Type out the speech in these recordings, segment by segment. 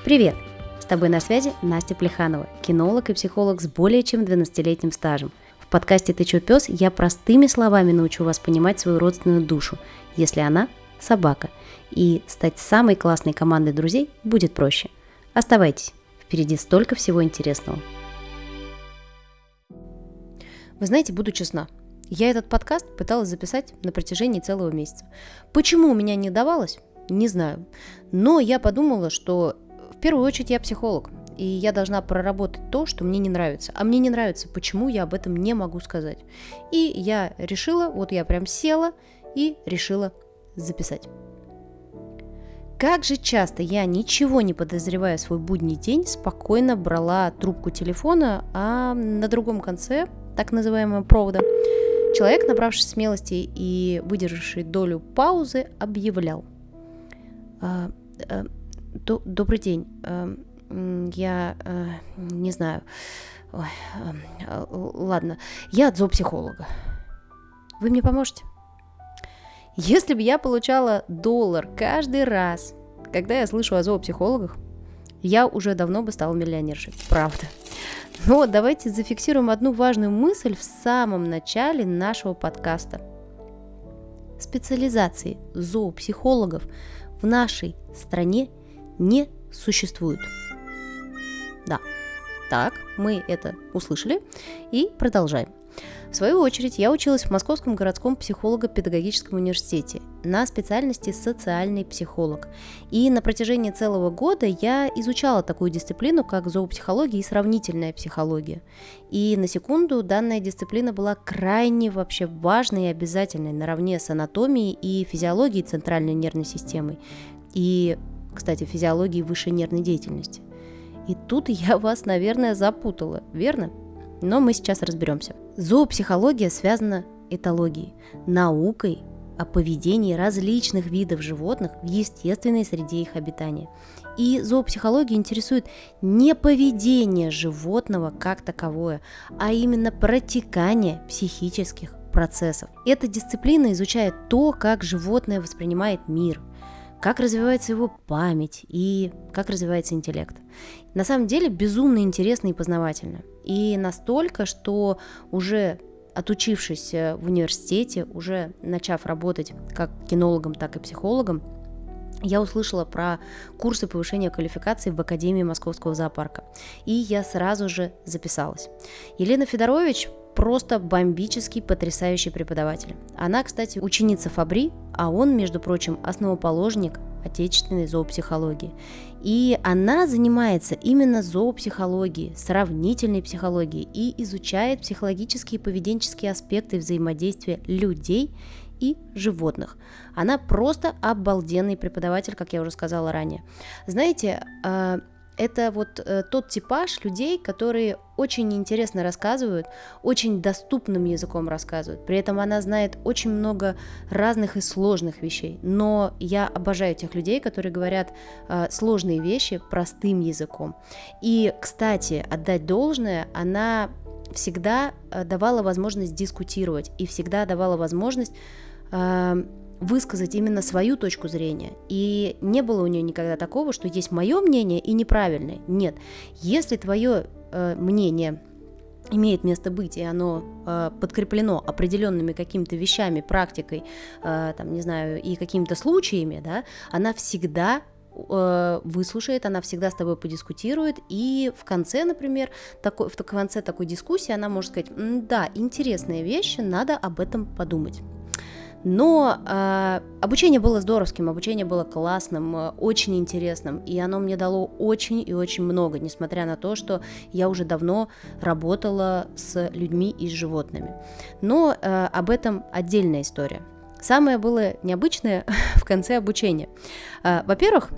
Привет! С тобой на связи Настя Плеханова, кинолог и психолог с более чем 12-летним стажем. В подкасте «Ты чё, пёс?» я простыми словами научу вас понимать свою родственную душу, если она – собака. И стать самой классной командой друзей будет проще. Оставайтесь, впереди столько всего интересного. Вы знаете, буду честна, я этот подкаст пыталась записать на протяжении целого месяца. Почему у меня не давалось? Не знаю. Но я подумала, что в первую очередь я психолог, и я должна проработать то, что мне не нравится. А мне не нравится, почему я об этом не могу сказать. И я решила, вот я прям села и решила записать. Как же часто я, ничего не подозревая в свой будний день, спокойно брала трубку телефона, а на другом конце, так называемого провода, человек, набравший смелости и выдержавший долю паузы, объявлял: «Добрый день, я не знаю, ладно, я от зоопсихолога. Вы мне поможете?» Если бы я получала $1 каждый раз, когда я слышу о зоопсихологах, я уже давно бы стала миллионершей, правда. Но давайте зафиксируем одну важную мысль в самом начале нашего подкаста. Специализации зоопсихологов в нашей стране не существует. Да, так, мы это услышали и продолжаем. В свою очередь, я училась в Московском городском психолого-педагогическом университете на специальности социальный психолог. И на протяжении целого года я изучала такую дисциплину, как зоопсихология и сравнительная психология. И на секунду, данная дисциплина была крайне вообще важной и обязательной наравне с анатомией и физиологией центральной нервной системы. И, кстати, физиологией высшей нервной деятельности. И тут я вас, наверное, запутала, верно? Но мы сейчас разберемся. Зоопсихология связана этологией, наукой о поведении различных видов животных в естественной среде их обитания. И зоопсихология интересует не поведение животного как таковое, а именно протекание психических процессов. Эта дисциплина изучает то, как животное воспринимает мир, как развивается его память и как развивается интеллект. На самом деле безумно интересно и познавательно. И настолько, что уже отучившись в университете, уже начав работать как кинологом, так и психологом, я услышала про курсы повышения квалификации в Академии Московского зоопарка. И я сразу же записалась. Елена Федорович просто бомбический, потрясающий преподаватель. Она, кстати, ученица Фабри, а он, между прочим, основоположник отечественной зоопсихологии. И она занимается именно зоопсихологией, сравнительной психологией и изучает психологические и поведенческие аспекты взаимодействия людей и животных. Она просто обалденный преподаватель, как я уже сказала ранее. Знаете, это вот тот типаж людей, которые очень интересно рассказывают, очень доступным языком рассказывают. При этом она знает очень много разных и сложных вещей. Но я обожаю тех людей, которые говорят сложные вещи простым языком. И, кстати, отдать должное, она всегда давала возможность дискутировать и всегда давала возможность высказать именно свою точку зрения. И не было у нее никогда такого, что есть мое мнение и неправильное. Нет. Если твое мнение имеет место быть, и оно подкреплено определенными какими-то вещами, практикой, там, не знаю, и какими-то случаями, да, она всегда выслушает, она всегда с тобой подискутирует, и в конце, например, в конце такой дискуссии она может сказать: да, интересные вещи, надо об этом подумать. Но обучение было здоровским, обучение было классным, очень интересным, и оно мне дало очень и очень много, несмотря на то, что я уже давно работала с людьми и с животными. Но об этом отдельная история. Самое было необычное в конце обучения. Во-первых,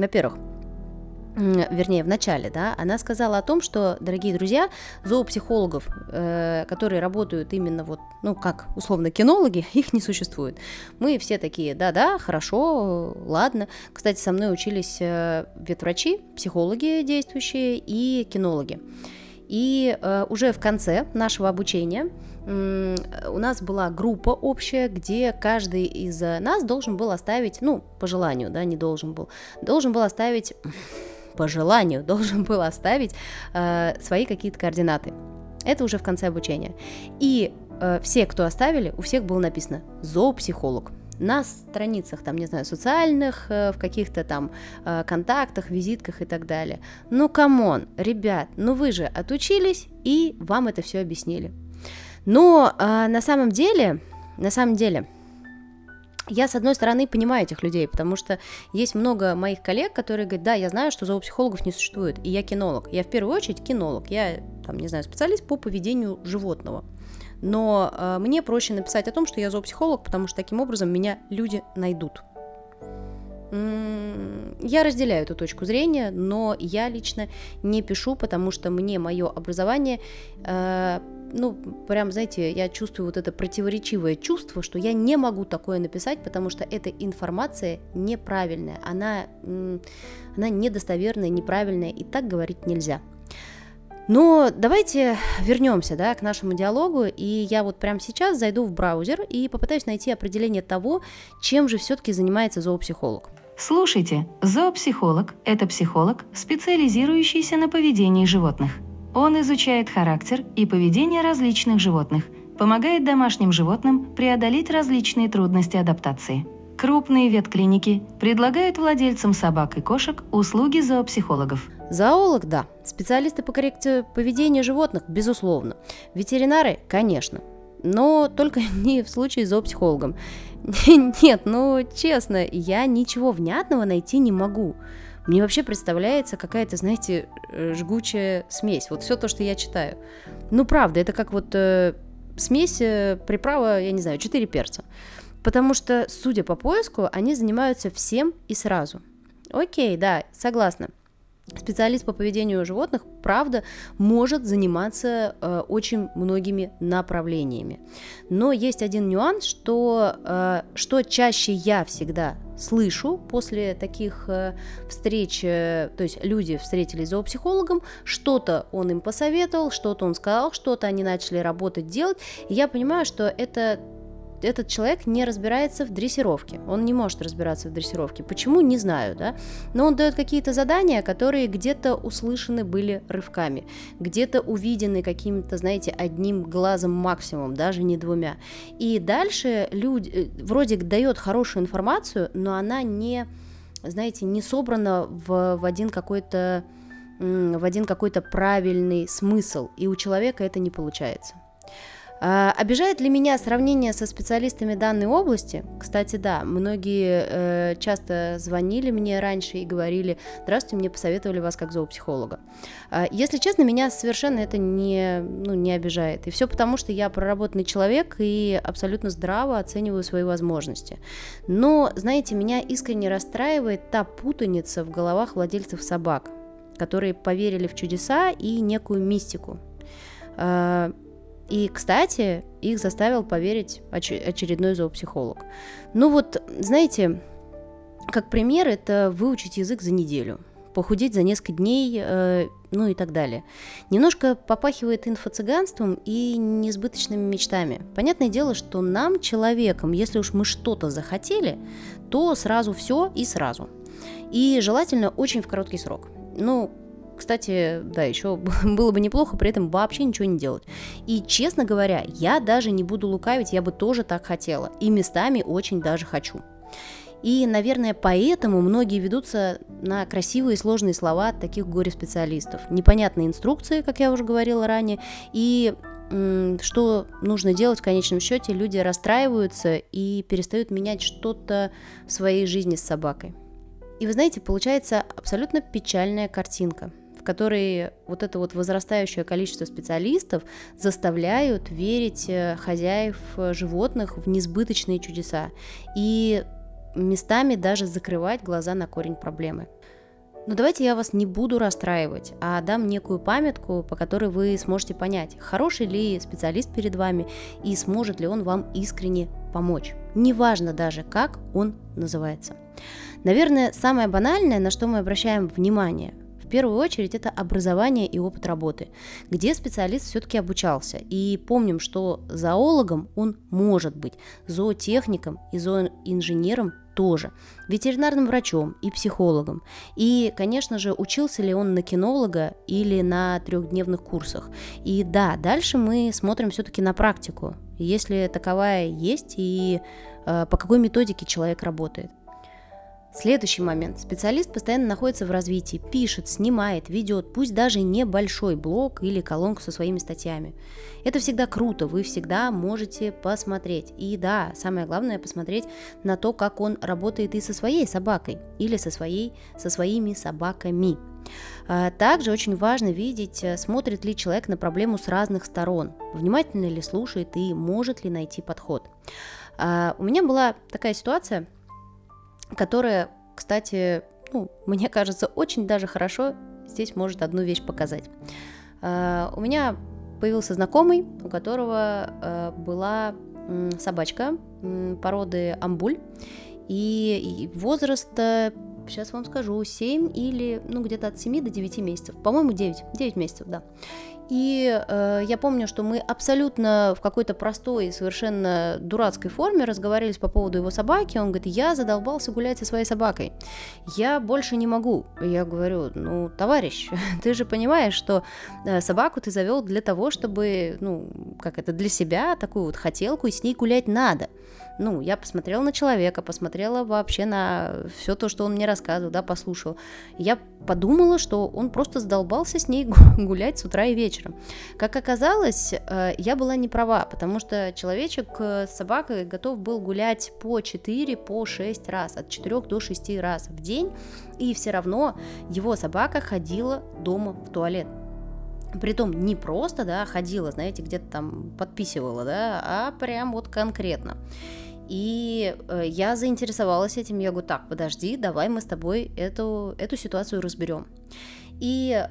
в начале, да, она сказала о том, что, дорогие друзья, зоопсихологов, которые работают именно вот, ну, как условно кинологи, их не существует. Мы все такие: да-да, хорошо, ладно. Кстати, со мной учились ветврачи, психологи действующие и кинологи. И уже в конце нашего обучения у нас была группа общая, где каждый из нас должен был оставить, ну, по желанию, да, не должен был оставить по желанию должен был оставить свои какие-то координаты. Это уже в конце обучения. И все, кто оставили, у всех было написано «зоопсихолог». На страницах, там, не знаю, социальных, в каких-то там контактах, визитках и так далее. Ну, камон, ребят, ну вы же отучились, и вам это все объяснили. Но на самом деле, я, с одной стороны, понимаю этих людей, потому что есть много моих коллег, которые говорят, да, я знаю, что зоопсихологов не существует, и я кинолог. Я в первую очередь кинолог, я, там, не знаю, специалист по поведению животного. Но мне проще написать о том, что я зоопсихолог, потому что таким образом меня люди найдут. Я разделяю эту точку зрения, но я лично не пишу, потому что мне мое образование, прям, знаете, я чувствую вот это противоречивое чувство, что я не могу такое написать, потому что эта информация неправильная, она недостоверная, неправильная, и так говорить нельзя. Но давайте вернемся, к нашему диалогу, и я вот прямо сейчас зайду в браузер и попытаюсь найти определение того, чем же все-таки занимается зоопсихолог. Слушайте, зоопсихолог – это психолог, специализирующийся на поведении животных. Он изучает характер и поведение различных животных, помогает домашним животным преодолеть различные трудности адаптации. Крупные ветклиники предлагают владельцам собак и кошек услуги зоопсихологов. Зоолог, да. Специалисты по коррекции поведения животных, безусловно. Ветеринары, конечно. Но только не в случае с зоопсихологом. Нет, честно, я ничего внятного найти не могу. Мне вообще представляется какая-то, знаете, жгучая смесь. Вот все то, что я читаю. Правда, это как вот смесь, приправа, я не знаю, 4 перца. Потому что, судя по поиску, они занимаются всем и сразу. Окей, да, согласна. Специалист по поведению животных, правда, может заниматься очень многими направлениями. Но есть один нюанс, что чаще я всегда слышу после таких встреч, то есть люди встретились с зоопсихологом, что-то он им посоветовал, что-то он сказал, что-то они начали работать, делать, и я понимаю, что этот человек не разбирается в дрессировке, он не может разбираться в дрессировке. Почему, не знаю, но он дает какие-то задания, которые где-то услышаны были рывками, где-то увидены каким-то, знаете, одним глазом максимум, даже не 2. И дальше люди, вроде дает хорошую информацию, но она не, знаете, не собрана в один какой-то правильный смысл, и у человека это не получается. Обижает ли меня сравнение со специалистами данной области? Кстати, да, многие часто звонили мне раньше и говорили: здравствуйте, мне посоветовали вас как зоопсихолога. Если честно, меня совершенно это не обижает. И все потому, что я проработанный человек и абсолютно здраво оцениваю свои возможности. Но, знаете, меня искренне расстраивает та путаница в головах владельцев собак, которые поверили в чудеса и некую мистику. И, кстати, их заставил поверить очередной зоопсихолог. Знаете, как пример, это выучить язык за неделю, похудеть за несколько дней, и так далее. Немножко попахивает инфо-цыганством и несбыточными мечтами. Понятное дело, что нам, человекам, если уж мы что-то захотели, то сразу все и сразу. И желательно очень в короткий срок. Кстати, да, еще было бы неплохо при этом вообще ничего не делать. И, честно говоря, я даже не буду лукавить, я бы тоже так хотела. И местами очень даже хочу. И, наверное, поэтому многие ведутся на красивые и сложные слова таких горе-специалистов. Непонятные инструкции, как я уже говорила ранее, и что нужно делать в конечном счете, люди расстраиваются и перестают менять что-то в своей жизни с собакой. И вы знаете, получается абсолютно печальная картинка, в которой вот это вот возрастающее количество специалистов заставляют верить хозяев животных в несбыточные чудеса и местами даже закрывать глаза на корень проблемы. Но давайте я вас не буду расстраивать, а дам некую памятку, по которой вы сможете понять, хороший ли специалист перед вами и сможет ли он вам искренне помочь. Неважно даже, как он называется. Наверное, самое банальное, на что мы обращаем внимание, в первую очередь, это образование и опыт работы, где специалист все-таки обучался. И помним, что зоологом он может быть, зоотехником и зооинженером тоже ветеринарным врачом и психологом. И, конечно же, учился ли он на кинолога или на 3-дневных курсах. И да, дальше мы смотрим все-таки на практику, если таковая есть, и по какой методике человек работает. Следующий момент. Специалист постоянно находится в развитии, пишет, снимает, ведет, пусть даже небольшой блог или колонку со своими статьями. Это всегда круто, вы всегда можете посмотреть. И да, самое главное посмотреть на то, как он работает и со своей собакой, или со своими собаками. Также очень важно видеть, смотрит ли человек на проблему с разных сторон, внимательно ли слушает и может ли найти подход. У меня была такая ситуация, которая, кстати, мне кажется, очень даже хорошо здесь может одну вещь показать. У меня появился знакомый, у которого была собачка породы амбуль, и возраст, сейчас вам скажу, 7 или где-то от 7 до 9 месяцев, по-моему, 9 месяцев, да. И я помню, что мы абсолютно в какой-то простой и совершенно дурацкой форме разговаривались по поводу его собаки. Он говорит: я задолбался гулять со своей собакой, я больше не могу. Я говорю: товарищ, ты же понимаешь, что собаку ты завел для того, чтобы, для себя, такую вот хотелку, и с ней гулять надо. Я посмотрела на человека, посмотрела вообще на все то, что он мне рассказывал, да, послушала. Я подумала, что он просто задолбался с ней гулять с утра и вечером. Как оказалось, я была не права, потому что человечек с собакой готов был гулять по 4, по 6 раз, от 4 до 6 раз в день, и все равно его собака ходила дома в туалет. Притом не просто, да, ходила, знаете, где-то там подписывала, да, а прям вот конкретно. И я заинтересовалась этим, я говорю: так, подожди, давай мы с тобой эту ситуацию разберем. И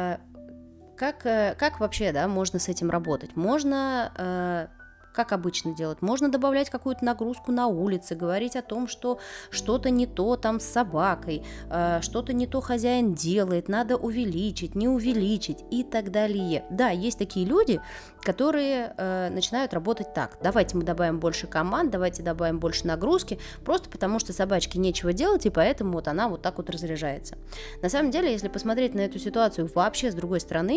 как вообще, да, можно с этим работать? Можно, как обычно делать, можно добавлять какую-то нагрузку на улице, говорить о том, что что-то не то там с собакой, что-то не то хозяин делает, надо увеличить, не увеличить и так далее. Да, есть такие люди, которые начинают работать так: давайте мы добавим больше команд, давайте добавим больше нагрузки, просто потому что собачке нечего делать, и поэтому вот она вот так вот разряжается. На самом деле, если посмотреть на эту ситуацию вообще с другой стороны,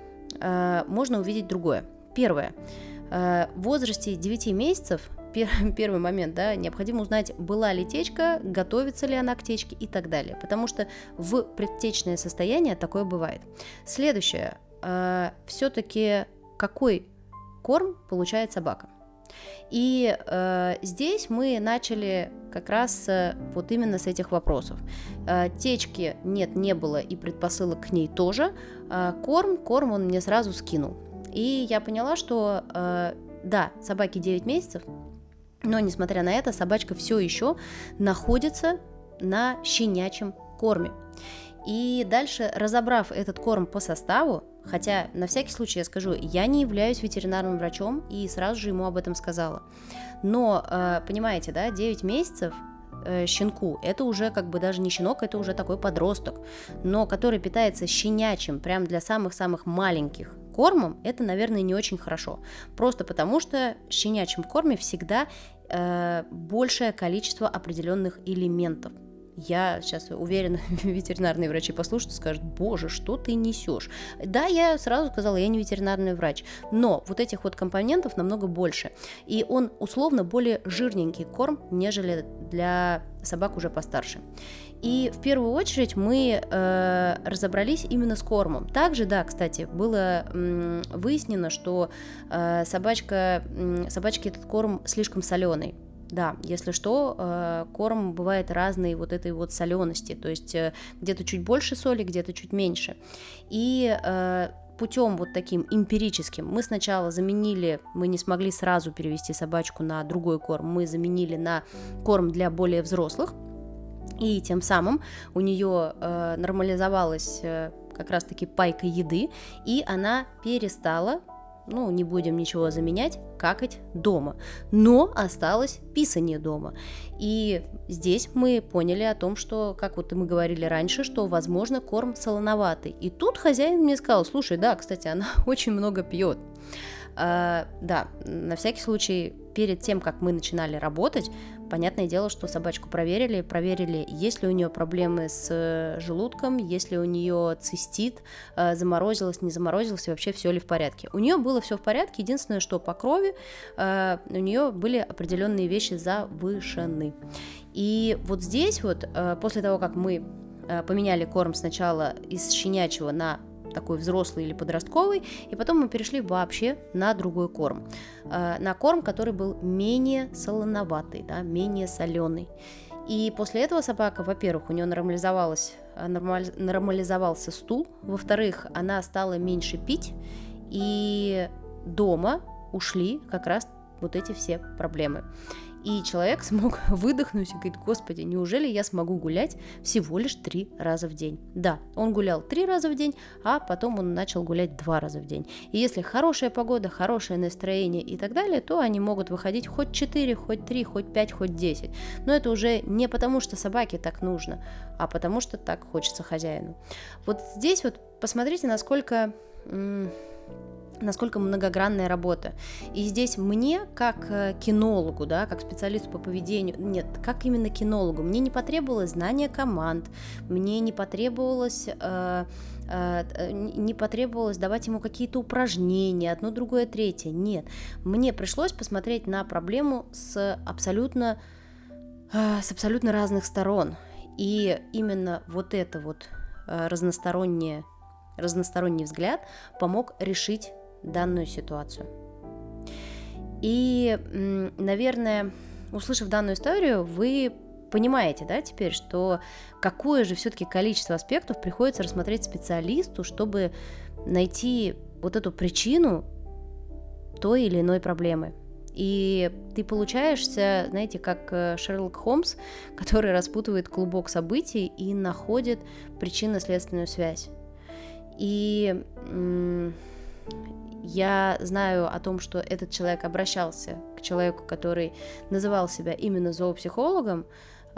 можно увидеть другое. Первое. В возрасте 9 месяцев, первый момент, да, необходимо узнать, была ли течка, готовится ли она к течке и так далее, потому что в предтечное состояние такое бывает. Следующее, все-таки какой корм получает собака. И здесь мы начали как раз вот именно с этих вопросов. Течки не было, и предпосылок к ней тоже. Корм он мне сразу скинул. И я поняла, что да, собаке 9 месяцев, но несмотря на это, собачка все еще находится на щенячьем корме. И дальше, разобрав этот корм по составу, хотя на всякий случай я скажу, я не являюсь ветеринарным врачом, и сразу же ему об этом сказала. Но, понимаете, да, 9 месяцев щенку, это уже как бы даже не щенок, это уже такой подросток, но который питается щенячьим, прям для самых-самых маленьких кормом, это, наверное, не очень хорошо. Просто потому, что в щенячьем корме всегда большее количество определенных элементов. Я сейчас уверена, ветеринарные врачи послушают и скажут: боже, что ты несешь? Да, я сразу сказала, я не ветеринарный врач, но вот этих вот компонентов намного больше, и он условно более жирненький корм, нежели для собак уже постарше. И в первую очередь мы разобрались именно с кормом. Также, да, кстати, было выяснено, что собачке этот корм слишком соленый. Да, если что, корм бывает разной вот этой вот солености, то есть где-то чуть больше соли, где-то чуть меньше. И путем вот таким эмпирическим мы сначала заменили, мы не смогли сразу перевести собачку на другой корм, мы заменили на корм для более взрослых, и тем самым у нее нормализовалась как раз-таки пайка еды, и она перестала, не будем ничего заменять, какать дома, но осталось писание дома. И здесь мы поняли о том, что, как вот мы говорили раньше, что, возможно, корм солоноватый. И тут хозяин мне сказал: слушай, да, кстати, она очень много пьет. Да, на всякий случай, перед тем, как мы начинали работать, понятное дело, что собачку проверили, есть ли у нее проблемы с желудком, есть ли у нее цистит, заморозилась, не заморозилась, и вообще все ли в порядке. У нее было все в порядке, единственное, что по крови у нее были определенные вещи завышены. И вот здесь вот, после того, как мы поменяли корм сначала из щенячьего на такой взрослый или подростковый, и потом мы перешли вообще на другой корм. На корм, который был менее солоноватый, да, менее соленый. И после этого собака, во-первых, у нее нормализовался стул, во-вторых, она стала меньше пить, и дома ушли как раз вот эти все проблемы. И человек смог выдохнуть и говорит: господи, неужели я смогу гулять всего лишь 3 раза в день? Да, он гулял 3 раза в день, а потом он начал гулять 2 раза в день. И если хорошая погода, хорошее настроение и так далее, то они могут выходить хоть 4, хоть 3, хоть 5, хоть 10. Но это уже не потому, что собаке так нужно, а потому что так хочется хозяину. Вот здесь вот посмотрите, насколько многогранная работа. И здесь мне, как кинологу, да, как специалисту по поведению, нет, как именно кинологу, мне не потребовалось знание команд, мне не потребовалось давать ему какие-то упражнения, одно, другое, третье. Нет, мне пришлось посмотреть на проблему с абсолютно разных сторон. И именно вот это вот разносторонний взгляд помог решить данную ситуацию. И, наверное, услышав данную историю, вы понимаете, да, теперь, что какое же все-таки количество аспектов приходится рассмотреть специалисту, чтобы найти вот эту причину той или иной проблемы. И ты получаешься, знаете, как Шерлок Холмс, который распутывает клубок событий и находит причинно-следственную связь. И я знаю о том, что этот человек обращался к человеку, который называл себя именно зоопсихологом.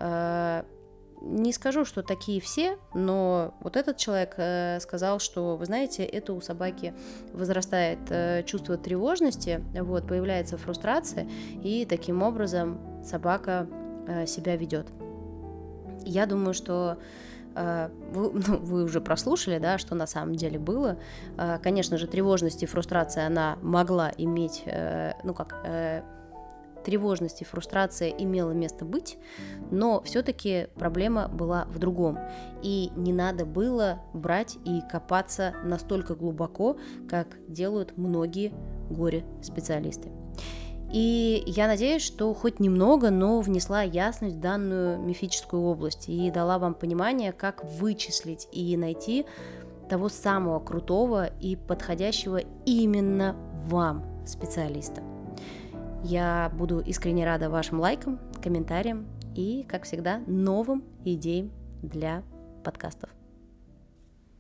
Не скажу, что такие все, но вот этот человек сказал, что, вы знаете, это у собаки возрастает чувство тревожности, вот, появляется фрустрация, и таким образом собака себя ведет. Я думаю, что вы уже прослушали, да, что на самом деле было. Конечно же, тревожность и фрустрация она могла иметь, тревожность и фрустрация имела место быть, но все-таки проблема была в другом. И не надо было брать и копаться настолько глубоко, как делают многие горе-специалисты. И я надеюсь, что хоть немного, но внесла ясность в данную мифическую область и дала вам понимание, как вычислить и найти того самого крутого и подходящего именно вам специалиста. Я буду искренне рада вашим лайкам, комментариям и, как всегда, новым идеям для подкастов.